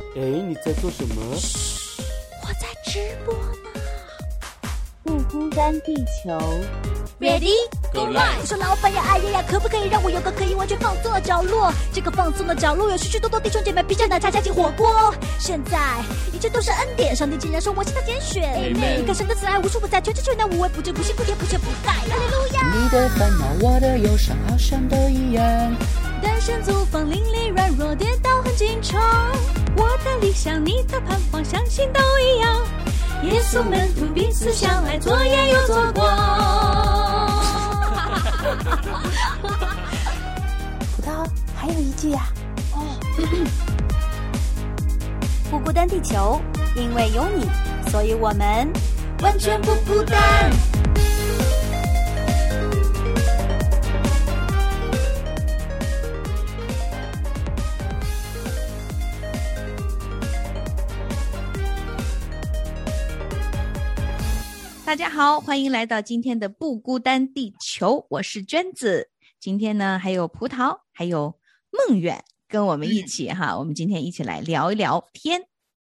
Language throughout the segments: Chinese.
哎，你在做什么？ 嘘，我在直播呢。 不孤单地球 Ready Go live 我说老板呀，哎呀呀，可不可以让我有个可以完全放松的角落？这个放松的角落有许许多多弟兄姐妹披着奶茶加进火锅。现在一切都是恩典，上帝竟然说我是他拣选。 Amen 你看神的慈爱无处不在，全知全能无微不至，不辛不甜不缺不盖。哈利路亚！ 你的烦恼，我的忧伤，好像都一样。 单身租房，邻里软弱，跌倒很紧张。我的理想，你的盼望，相信都一样。耶稣门徒彼此相爱，左眼又左光。 葡萄还有一句呀、 不孤单地球，因为有你，所以我们完全不孤单。大家好，欢迎来到今天的不孤单地球，我是娟子。今天呢，还有葡萄，还有梦远跟我们一起哈，我们今天一起来聊一聊天。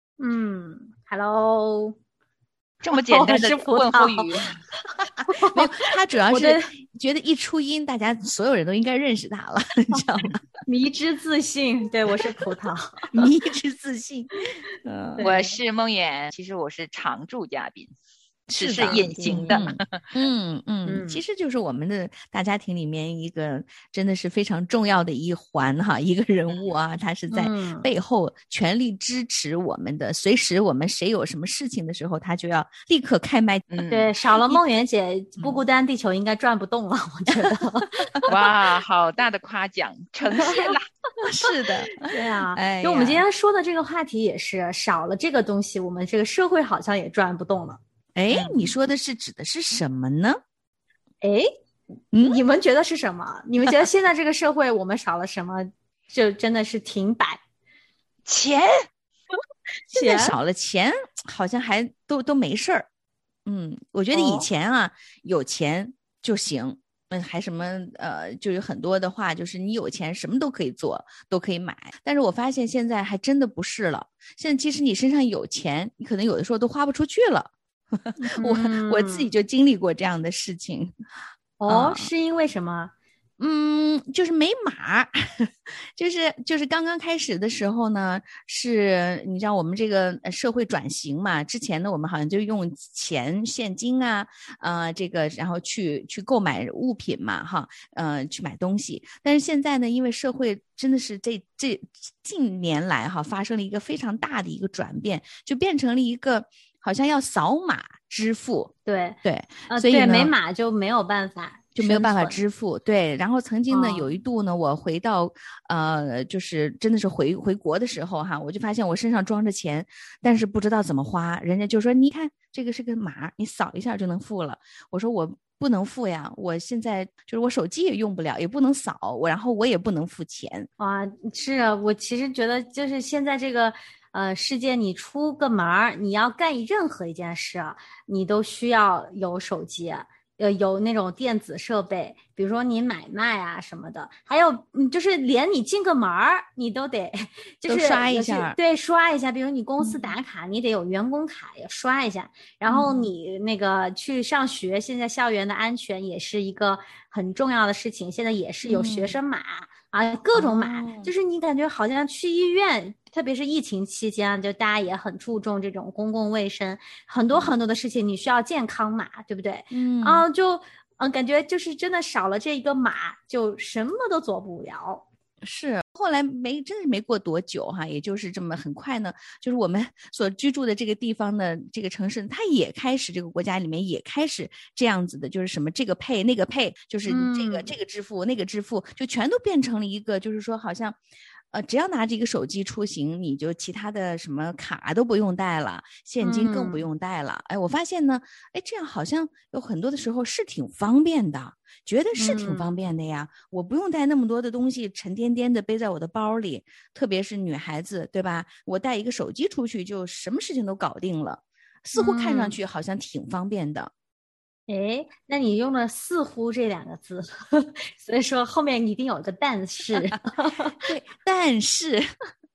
Hello， 这么简单的问候语， 没有，他主要是觉得一出音，大家所有人都应该认识他了，你知道吗？ 迷之自信，对，我是葡萄， 迷之自信。 我是梦远，其实我是常驻嘉宾。只是的隐形的， 其实就是我们的大家庭里面一个真的是非常重要的一环哈，一个人物啊，他是在背后全力支持我们的，随时我们谁有什么事情的时候，他就要立刻开麦。 对，少了梦圆姐，不孤单地球应该转不动了，我觉得。 哇，好大的夸奖，呈现了。 是的， 对啊，就我们今天说的这个话题也是，少了这个东西，我们这个社会好像也转不动了。 哎，你说的是指的是什么呢？ 哎，你们觉得是什么？你们觉得现在这个社会我们少了什么？就真的是停摆？ 钱， 现在少了钱，好像还都没事儿。我觉得以前啊，有钱就行。还什么就有很多的话，就是你有钱什么都可以做，都可以买。但是我发现现在还真的不是了。现在即使你身上有钱，你可能有的时候都花不出去了。我自己就经历过这样的事情。 是因为什么？ 就是没码，就是刚刚开始的时候呢，是你知道我们这个社会转型嘛，之前呢我们好像就用钱现金啊，这个然后去购买物品嘛，哈，去买东西。但是现在呢，因为社会真的是这近年来哈发生了一个非常大的一个转变，就变成了一个好像要扫码支付。 对， 所以呢， 没码就没有办法。 就没有办法支付。对，然后曾经呢，有一度呢，我回到就是真的是回国的时候哈，我就发现我身上装着钱，但是不知道怎么花。人家就说你看这个是个码，你扫一下就能付了。我说我不能付呀，我现在就是我手机也用不了，也不能扫，然后我也不能付钱。 是啊，我其实觉得就是现在这个世界，你出个门儿，你要干任何一件事，你都需要有手机。有那种电子设备，比如说你买卖啊什么的，还有就是连你进个门儿，你都得就是刷一下， 对，刷一下。比如你公司打卡，你得有员工卡也刷一下。然后你那个去上学，现在校园的安全也是一个很重要的事情，现在也是有学生码各种码，就是你感觉好像去医院。特别是疫情期间，就大家也很注重这种公共卫生，很多的事情你需要健康码，对不对？感觉就是真的少了这一个码，就什么都做不了。 是，后来真的是没过多久哈，也就是这么很快呢，就是我们所居住的这个地方的这个城市，它也开始这个国家里面也开始这样子的，就是什么这个配那个配，就是这个支付那个支付，就全都变成了一个，就是说好像。只要拿着一个手机出行，你就其他的什么卡都不用带了，现金更不用带了。我发现呢，这样好像有很多的时候是挺方便的，觉得是挺方便的呀。我不用带那么多的东西沉甸甸的背在我的包里，特别是女孩子，对吧？我带一个手机出去就什么事情都搞定了，似乎看上去好像挺方便的。 哎，那你用了似乎这两个字，所以说后面一定有个但是。 对，但是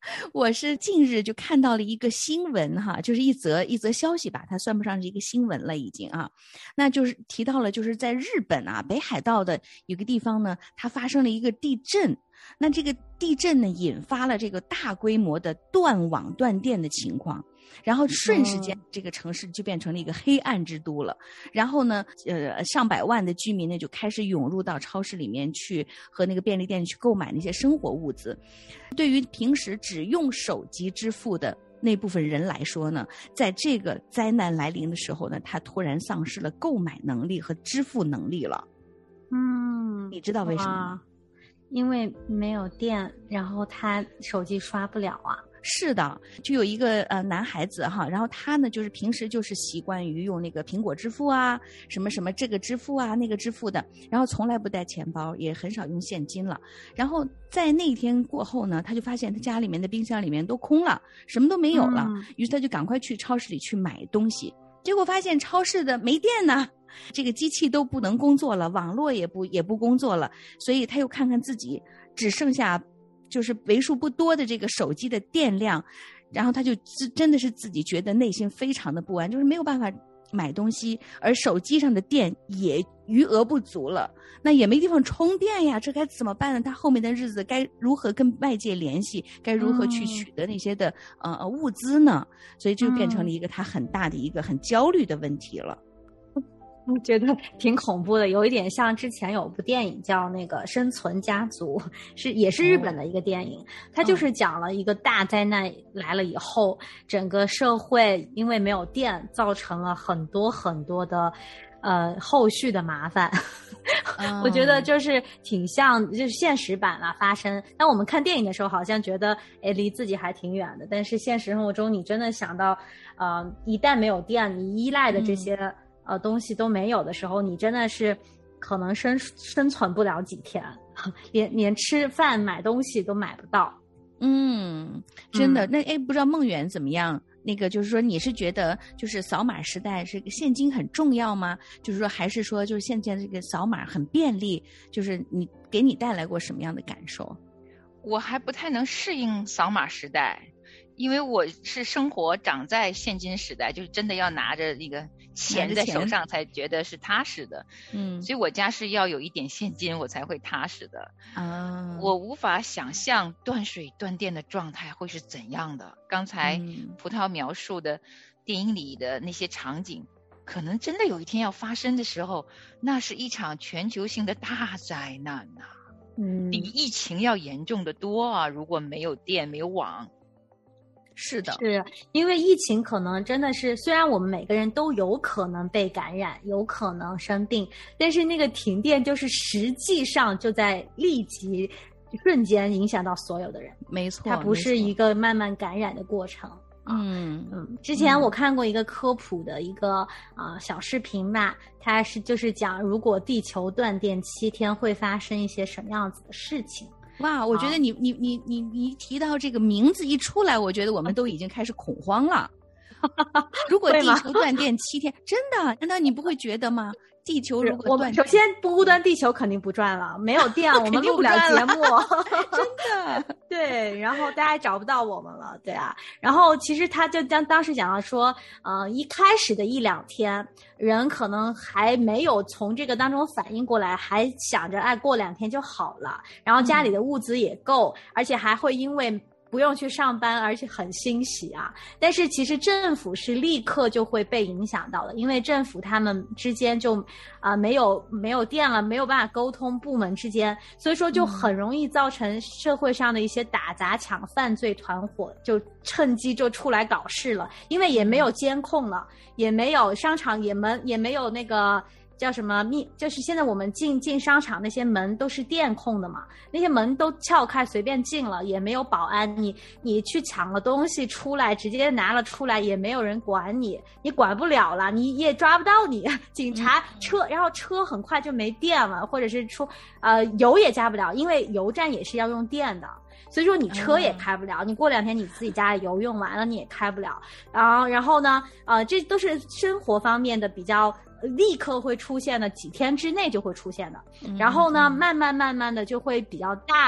我是近日就看到了一个新闻哈，就是一则消息吧，它算不上是一个新闻了已经啊。那就是提到了，就是在日本啊北海道的有个地方呢，它发生了一个地震。那这个地震呢，引发了这个大规模的断网断电的情况，然后瞬时间这个城市就变成了一个黑暗之都了。然后呢，上百万的居民呢就开始涌入到超市里面去和那个便利店去购买那些生活物资。对于平时只用手机支付的那部分人来说呢，在这个灾难来临的时候呢，他突然丧失了购买能力和支付能力了。你知道为什么吗？ 因为没有电，然后他手机刷不了啊。 是的，就有一个男孩子哈，然后他呢就是平时就是习惯于用那个苹果支付啊，什么什么这个支付啊那个支付的，然后从来不带钱包，也很少用现金了。然后在那天过后呢，他就发现他家里面的冰箱里面都空了，什么都没有了，于是他就赶快去超市里去买东西，结果发现超市的没电呢。这个机器都不能工作了，网络也不工作了，所以他又看看自己只剩下就是为数不多的这个手机的电量，然后他就真的是自己觉得内心非常的不安，就是没有办法买东西，而手机上的电也余额不足了，那也没地方充电呀，这该怎么办呢？他后面的日子该如何跟外界联系，该如何去取得那些的物资呢？所以这就变成了一个他很大的一个很焦虑的问题了。 我觉得挺恐怖的，有一点像之前有部电影叫那个《生存家族》，也是日本的一个电影，它就是讲了一个大灾难来了以后，整个社会因为没有电，造成了很多很多的后续的麻烦。我觉得就是挺像就是现实版啦发生。当我们看电影的时候好像觉得离自己还挺远的，但是现实生活中你真的想到一旦没有电，你依赖的这些东西都没有的时候，你真的是可能生存不了几天，连吃饭买东西都买不到。 真的。那不知道梦圆怎么样？那个就是说，你是觉得就是扫码时代是现金很重要吗？就是说，还是说就是现在这个扫码很便利，就是给你带来过什么样的感受？ 我还不太能适应扫码时代，因为我是生活长在现金时代，就是真的要拿着那个钱在手上才觉得是踏实的。所以我家是要有一点现金我才会踏实的。我无法想象断水断电的状态会是怎样的。刚才葡萄描述的电影里的那些场景，可能真的有一天要发生的时候，那是一场全球性的大灾难啊。比疫情要严重的多啊，如果没有电没有网。 是的， 是因为疫情可能真的是，虽然我们每个人都有可能被感染，有可能生病，但是那个停电就是实际上就在立即瞬间影响到所有的人。 没错， 它不是一个慢慢感染的过程。之前我看过一个科普的一个小视频吧，它就是讲如果地球断电7天会发生一些什么样子的事情。 哇，我觉得你提到这个名字一出来，我觉得我们都已经开始恐慌了。如果地球断电7天，真的，难道你不会觉得吗？地球如果断电， 首先不断地球肯定不转了，没有电我们录不了节目。 真的。 对，然后大家找不到我们了。对啊，然后其实他就当时讲到说一开始的1-2天人可能还没有从这个当中反应过来，还想着过2天就好了，然后家里的物资也够，而且还会因为不用去上班，而且很欣喜啊。但是其实政府是立刻就会被影响到的，因为政府他们之间就没有电了，没有办法沟通部门之间，所以说就很容易造成社会上的一些打砸抢犯罪团伙就趁机就出来搞事了，因为也没有监控了，也没有商场也没有那个叫什么就是现在我们进商场那些门都是电控的嘛，那些门都撬开随便进了，也没有保安，你去抢了东西出来直接拿了出来也没有人管你管不了了，你也抓不到你，警察车，然后车很快就没电了，或者是油也加不了，因为油站也是要用电的，所以说你车也开不了，你过2天你自己家里油用完了你也开不了。然后呢这都是生活方面的比较立刻会出现的，几天之内就会出现的。然后呢慢慢的就会比较大的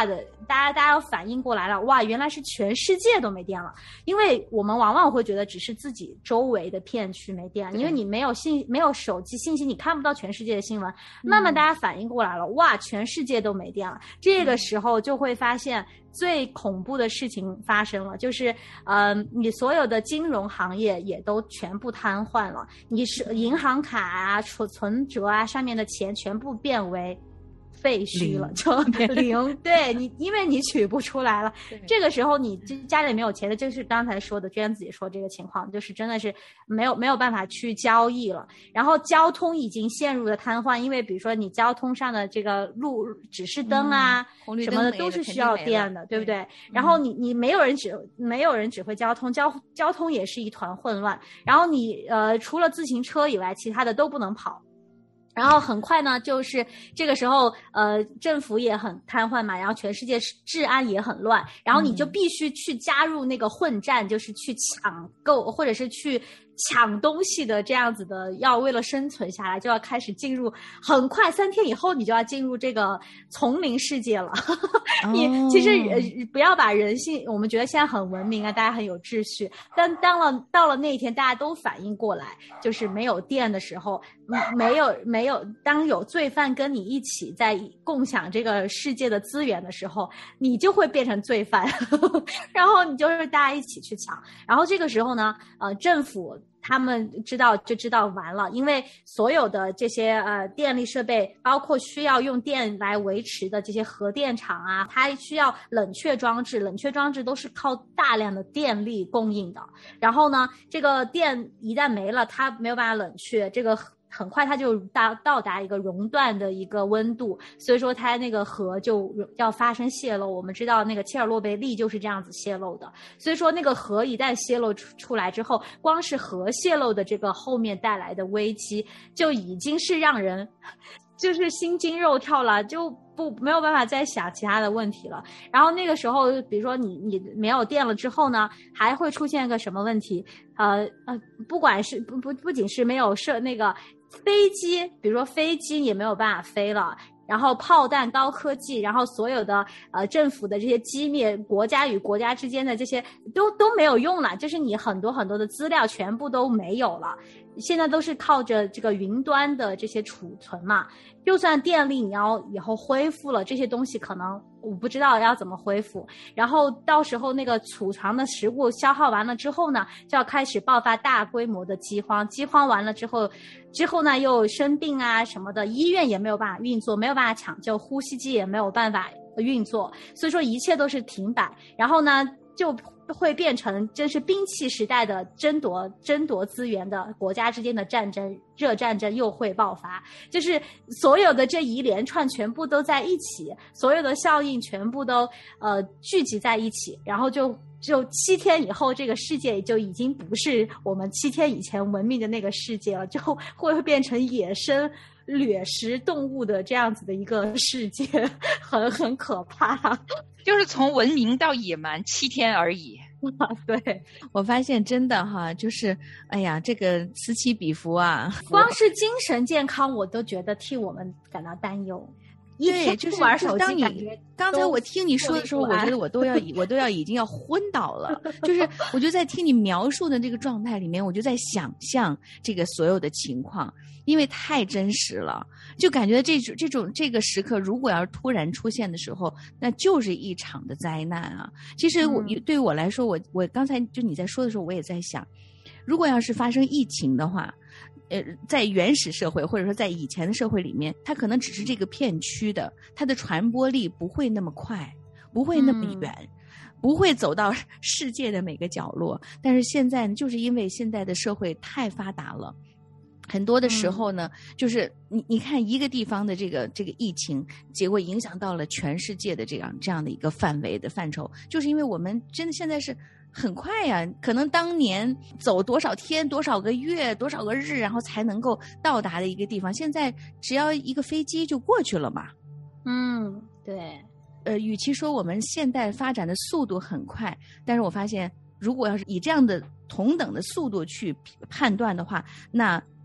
大家要反应过来了，哇，原来是全世界都没电了。因为我们往往会觉得只是自己周围的片区没电，因为你没有手机信息，你看不到全世界的新闻。慢慢大家反应过来了，哇，全世界都没电了。这个时候就会发现最恐怖的事情发生了，就是你所有的金融行业也都全部瘫痪了，你是银行卡啊、存折啊上面的钱全部变为废墟了，就零。对，你因为你取不出来了。这个时候你家里没有钱的，就是刚才说的娟子也说这个情况，就是真的是没有办法去交易了。然后交通已经陷入了瘫痪，因为比如说你交通上的这个路指示灯啊、什么的都是需要电的，对不对？然后你没有人指挥交通，交通也是一团混乱。然后你除了自行车以外，其他的都不能跑。然后很快呢，就是这个时候，政府也很瘫痪嘛，然后全世界治安也很乱，然后你就必须去加入那个混战，就是去抢购或者是去抢东西的这样子的，要为了生存下来，就要开始进入，很快3天以后你就要进入这个丛林世界了。你其实不要把人性，我们觉得现在很文明啊，大家很有秩序，但到了那一天，大家都反应过来，就是没有电的时候，没有，当有罪犯跟你一起在共享这个世界的资源的时候，你就会变成罪犯，然后你就是大家一起去抢，然后这个时候呢，政府他们知道完了，因为所有的这些电力设备，包括需要用电来维持的这些核电厂啊，它需要冷却装置都是靠大量的电力供应的。然后呢，这个电一旦没了，它没有办法冷却，这个很快它就到达一个熔断的一个温度，所以说它那个核就要发生泄漏。我们知道那个切尔诺贝利就是这样子泄漏的，所以说那个核一旦泄漏出来之后，光是核泄漏的这个后面带来的危机就已经是让人就是心惊肉跳了，就没有办法再想其他的问题了。然后那个时候比如说你没有电了之后呢，还会出现个什么问题？不管是不仅是没有那个飞机，比如说飞机也没有办法飞了，然后炮弹、高科技，然后所有的政府的这些机密，国家与国家之间的这些都没有用了，就是你很多很多的资料全部都没有了。现在都是靠着这个云端的这些储存嘛，就算电力你要以后恢复了，这些东西可能我不知道要怎么恢复，然后到时候那个储藏的食物消耗完了之后呢，就要开始爆发大规模的饥荒完了之后呢又生病啊什么的，医院也没有办法运作，没有办法抢救，呼吸机也没有办法运作，所以说一切都是停摆。然后呢就会变成真是兵器时代的争夺资源的国家之间的战争，热战争又会爆发，就是所有的这一连串全部都在一起，所有的效应全部都聚集在一起，然后就7天以后，这个世界就已经不是我们7天以前文明的那个世界了，就会变成野生掠食动物的这样子的一个世界，很可怕。 就是从文明到野蛮7天而已。 对，我发现真的哈，就是哎呀，这个此起彼伏啊， 光是精神健康我都觉得替我们感到担忧。 对，就是玩手机， 刚才我听你说的时候，我觉得我都要已经要昏倒了。就是我就在听你描述的这个状态里面，我就在想象这个所有的情况，因为太真实了，就感觉这个时刻，如果要是突然出现的时候，那就是一场的灾难啊。其实对于我来说，我刚才就你在说的时候，我也在想，如果要是发生疫情的话。在原始社会或者说在以前的社会里面，它可能只是这个片区的，它的传播力不会那么快，不会那么远，不会走到世界的每个角落。但是现在呢，就是因为现在的社会太发达了，很多的时候呢，就是你看一个地方的这个疫情，结果影响到了全世界的这样的一个范围的范畴，就是因为我们真的现在是很快呀，可能当年走多少天、多少个月、多少个日，然后才能够到达的一个地方，现在只要一个飞机就过去了嘛。 对。 与其说我们现代发展的速度很快，但是我发现，如果要是以这样的同等的速度去判断的话，那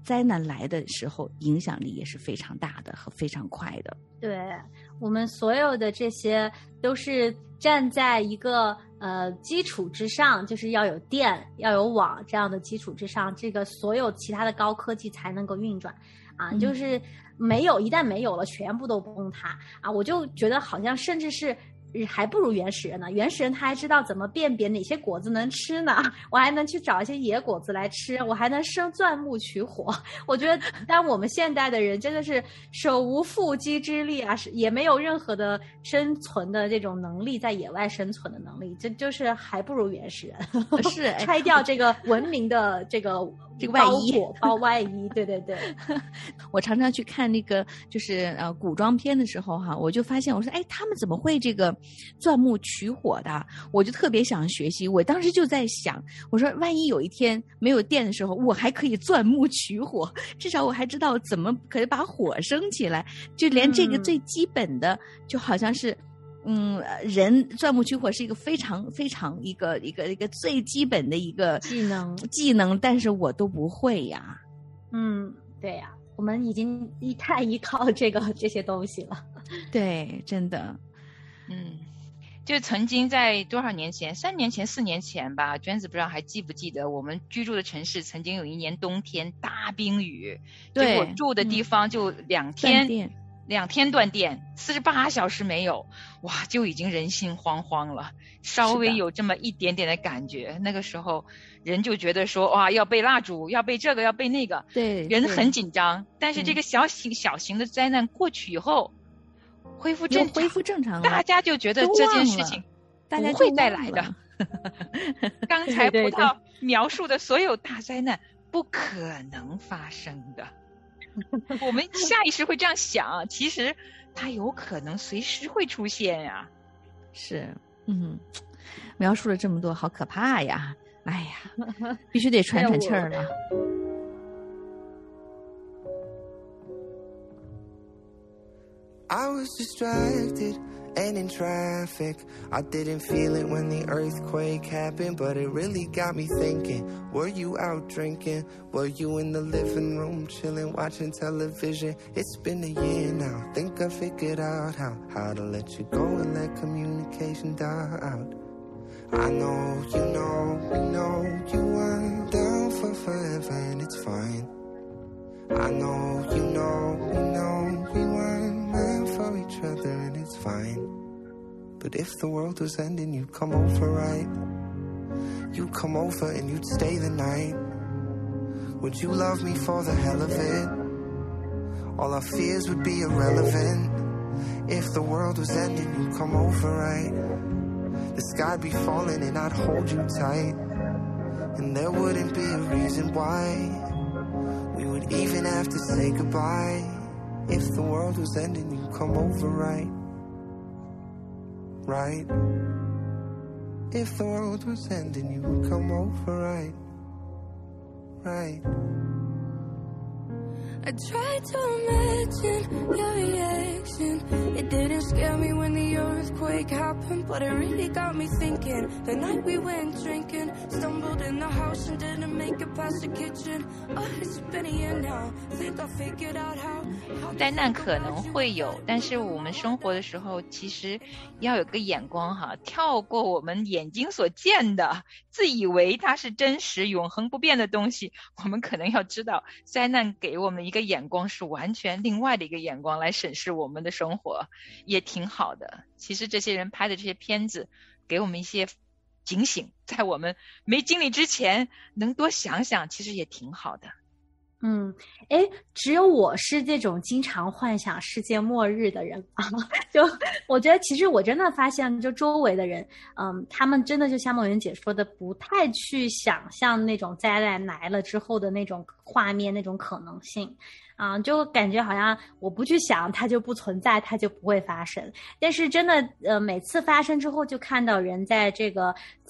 灾难来的时候影响力也是非常大的和非常快的。 对，我们所有的这些都是站在一个基础之上，就是要有电要有网这样的基础之上，这个所有其他的高科技才能够运转啊，就是一旦没有了全部都崩塌啊。我就觉得好像甚至是还不如原始人呢，原始人他还知道怎么辨别哪些果子能吃呢，我还能去找一些野果子来吃，我还能生钻木取火。我觉得当我们现代的人真的是手无缚鸡之力啊，也没有任何的生存的这种能力，在野外生存的能力，这就是还不如原始人。 是拆掉这个文明的这个外衣包外衣。对对对。 我常常去看那个就是古装片的时候哈，我就发现我说他们怎么会这个钻木取火的，我就特别想学习。我当时就在想，我说万一有一天没有电的时候，我还可以钻木取火，至少我还知道怎么可以把火升起来，就连这个最基本的就好像是人钻木取火是一个非常非常一个最基本的一个技能，但是我都不会呀。 对呀，我们已经太依靠这些东西了。 对，真的。 就曾经在多少年前，3年前4年前吧，娟子不知道还记不记得，我们居住的城市曾经有一年冬天大冰雨，结果住的地方就2天断电，48小时没有，哇，就已经人心惶惶了，稍微有这么一点点的感觉，那个时候人就觉得说哇，要备蜡烛，要备这个，要备那个， 对， 人很紧张。但是这个小型的灾难过去以后，恢复正常了，大家就觉得这件事情不会再来的。刚才葡萄描述的所有大灾难不可能发生的。我们下意识会这样想，其实它有可能随时会出现呀。 是，描述了这么多，好可怕呀！哎呀，必须得喘气儿了。 I was distracted and in traffic. I didn't feel it when the earthquake happened, but it really got me thinking. Were you out drinking? Were you in the living room chilling, watching television? It's been a year now. Think I figured out how to let you go and let communication die out. I know, you know, we know you weren't down for forever and it's fine. I know, you know, we know we weren't meant for each other and it's fine. But if the world was ending, you'd come over, right? You'd come over and you'd stay the night. Would you love me for the hell of it? All our fears would be irrelevant. If the world was ending, you'd come over, right? The sky'd be falling and I'd hold you tight. And there wouldn't be a reason why we would even have to say goodbye. If the world was ending, you'd come over, right? Right? If the world was ending, you would come over, right? Right? I tried to imagine your reaction. It didn't scare me when the earthquake happened, but it really got me thinking. The night we went drinking, stumbled in the house and didn't make it past the kitchen. Oh, it's been a year now. Think I figured out how. 灾难可能会有，但是我们生活的时候其实要有个眼光哈，跳过我们眼睛所见的，自以为它是真实永恒不变的东西，我们可能要知道灾难给我们一个眼光是完全另外的一个眼光来审视我们的生活，也挺好的。其实这些人拍的这些片子给我们一些警醒，在我们没经历之前能多想想，其实也挺好的。 只有我是这种经常幻想世界末日的人啊。就我觉得其实我真的发现就周围的人他们真的就像梦圆姐说的不太去想象那种灾难来了之后的那种画面，那种可能性就感觉好像我不去想它就不存在，它就不会发生。但是真的每次发生之后就看到人在这个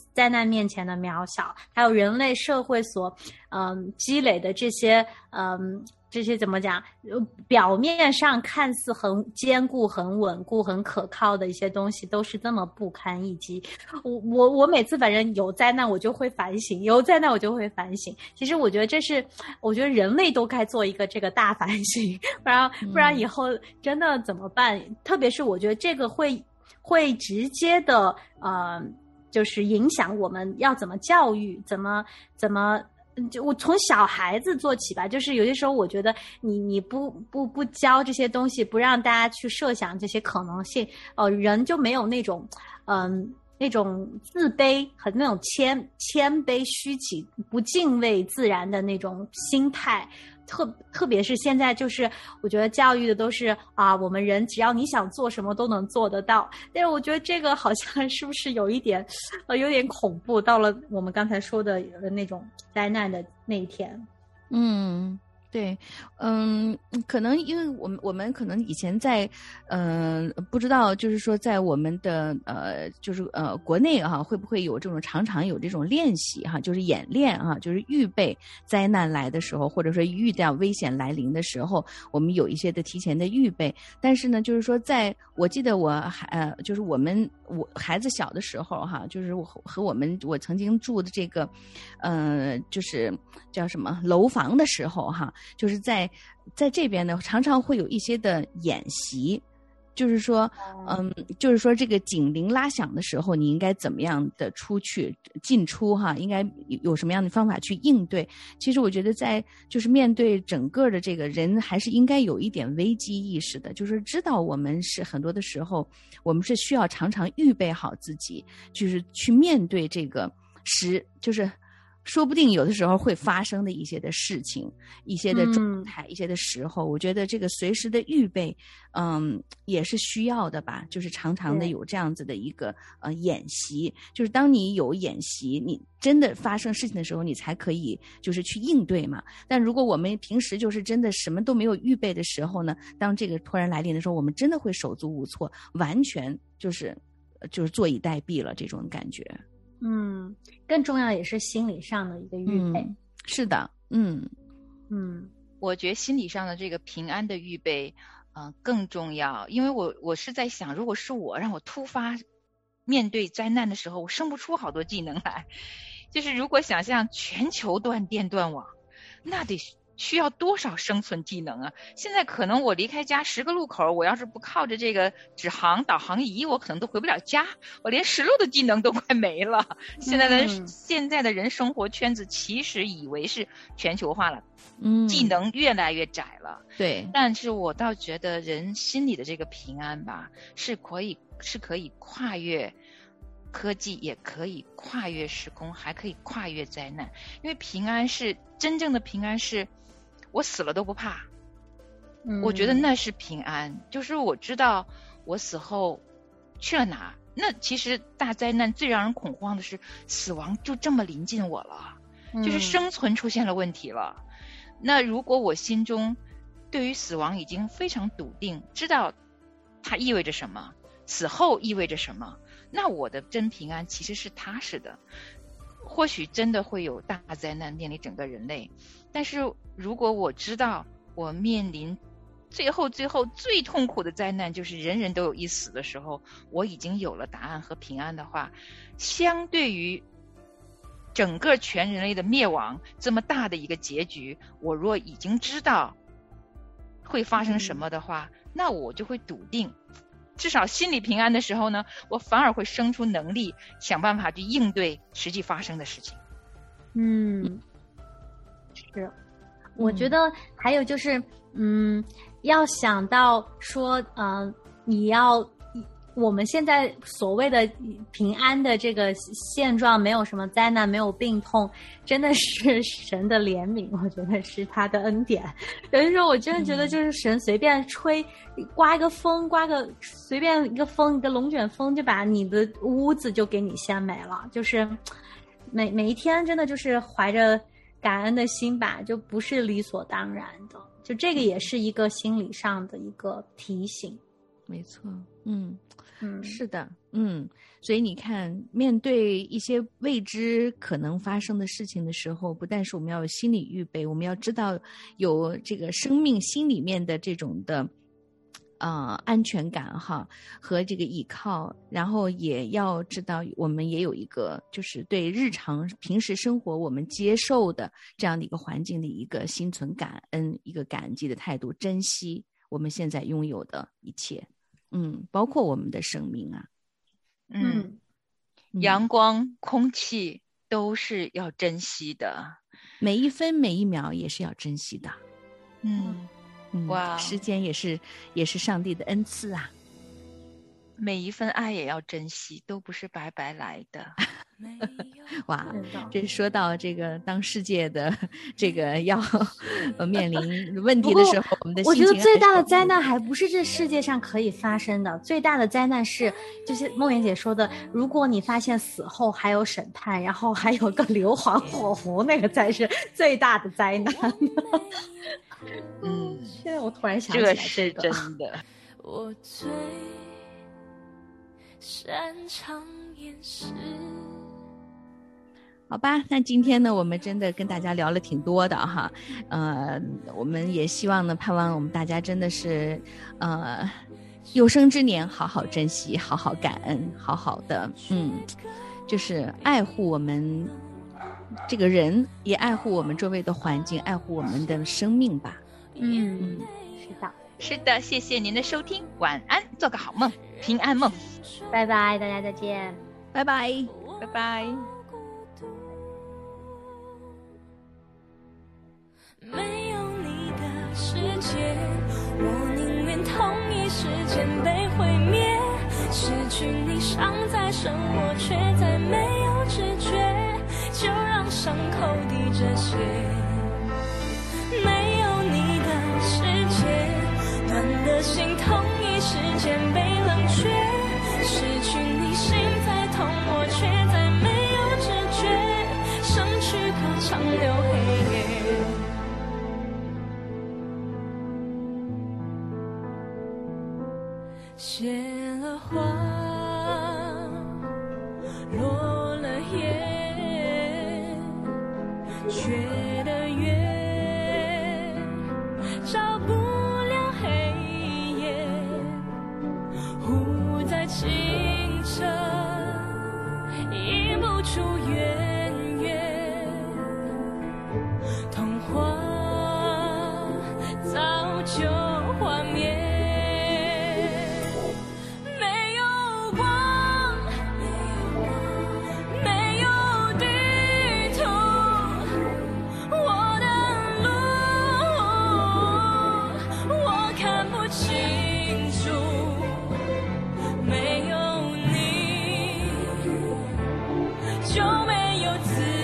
灾难面前的渺小，还有人类社会所积累的这些怎么讲？表面上看似很坚固、很稳固、很可靠的一些东西，都是这么不堪一击。我每次反正有灾难，我就会反省；有灾难，我就会反省。其实我觉得我觉得人类都该做一个这个大反省，不然以后真的怎么办？特别是我觉得这个会直接的就是影响我们要怎么教育，怎么。就我从小孩子做起吧，就是有些时候我觉得你不教这些东西，不让大家去设想这些可能性，人就没有那种那种自卑和那种谦卑虚己不敬畏自然的那种心态。特别是现在，就是我觉得教育的都是我们人只要你想做什么都能做得到，但是我觉得这个好像是不是有一点有点恐怖，到了我们刚才说的那种灾难的那一天。 对，可能因为我们可能以前在不知道，就是说在我们的就是国内会不会有这种常常有这种练习就是演练就是预备灾难来的时候，或者说遇到危险来临的时候，我们有一些的提前的预备。但是呢，就是说我记得就是我孩子小的时候就是我曾经住的这个就是叫什么楼房的时候就是在这边呢，常常会有一些的演习，就是说这个警铃拉响的时候，你应该怎么样的进出应该有什么样的方法去应对。其实我觉得就是面对整个的这个人，还是应该有一点危机意识的，就是知道我们是很多的时候，我们是需要常常预备好自己，就是去面对这个就是说不定有的时候会发生的一些的事情，一些的状态，一些的时候，我觉得这个随时的预备也是需要的吧，就是常常的有这样子的一个演习，就是当你有演习，你真的发生事情的时候，你才可以就是去应对嘛。但如果我们平时就是真的什么都没有预备的时候呢，当这个突然来临的时候，我们真的会手足无措，完全就是坐以待毙了这种感觉。 更重要也是心理上的一个预备。 是的， 我觉得心理上的这个平安的预备更重要，因为我是在想，如果是让我突发面对灾难的时候，我生不出好多技能来。就是如果想象全球断电断网，那得需要多少生存技能啊！现在可能我离开家10个路口，我要是不靠着这个指航导航仪，我可能都回不了家，我连10路的技能都快没了。现在的人生活圈子其实以为是全球化了，技能越来越窄了。 对， 但是我倒觉得人心里的这个平安吧，是可以跨越科技，也可以跨越时空，还可以跨越灾难。因为真正的平安是我死了都不怕，我觉得那是平安，就是我知道我死后去了哪。那其实大灾难最让人恐慌的是死亡就这么临近我了，就是生存出现了问题了。那如果我心中对于死亡已经非常笃定，知道它意味着什么，死后意味着什么，那我的真平安其实是踏实的。或许真的会有大灾难面临整个人类，但是如果我知道我面临最后最痛苦的灾难，就是人人都有一死的时候，我已经有了答案和平安的话，相对于整个全人类的灭亡这么大的一个结局，我若已经知道会发生什么的话，那我就会笃定，至少心理平安的时候呢，我反而会生出能力，想办法去应对实际发生的事情。 是，我觉得还有就是，要想到说，我们现在所谓的平安的这个现状，没有什么灾难，没有病痛，真的是神的怜悯，我觉得是他的恩典。有的时候我真的觉得，就是神随便吹，刮一个风，随便一个风，一个龙卷风，就把你的屋子就给你掀没了。就是每一天真的就是怀着感恩的心吧，就不是理所当然的。就这个也是一个心理上的一个提醒。 没错，是的，所以你看，面对一些未知可能发生的事情的时候，不但是我们要有心理预备，我们要知道有这个生命心里面的这种的安全感哈和这个依靠，然后也要知道我们也有一个就是对日常平时生活我们接受的这样的一个环境的一个心存感恩，一个感激的态度，珍惜我们现在拥有的一切，包括我们的生命啊。 阳光、空气都是要珍惜的， 每一分每一秒也是要珍惜的。 哇， 时间也是上帝的恩赐啊， 每一份爱也要珍惜，都不是白白来的。 哇，这说到这个当世界的这个要面临问题的时候，我们的心情， 我觉得最大的灾难还不是这世界上可以发生的，最大的灾难是就是梦圆姐说的，如果你发现死后还有审判，然后还有个硫磺火湖，那个才是最大的灾难。现在我突然想起来这是真的。 我最擅长掩饰。 好吧，那今天呢，我们真的跟大家聊了挺多的哈，我们也希望呢，盼望我们大家真的是，有生之年好好珍惜，好好感恩，好好的，就是爱护我们这个人，也爱护我们周围的环境，爱护我们的生命吧。 是的，谢谢您的收听，晚安，做个好梦，平安梦， 拜拜，大家再见， 拜拜， 拜拜。 没有你的世界，我宁愿同一时间被毁灭，失去你尚在生活，却再没有知觉，就让伤口滴着血。没有你的世界，暖的心同一时间被冷却，失去你心在痛，我却再没有知觉，生去歌唱流黑夜。谢了花，落了叶，缺的月，照不了黑夜，湖在清澈，映不出圆月，童话早就幻灭。就没有自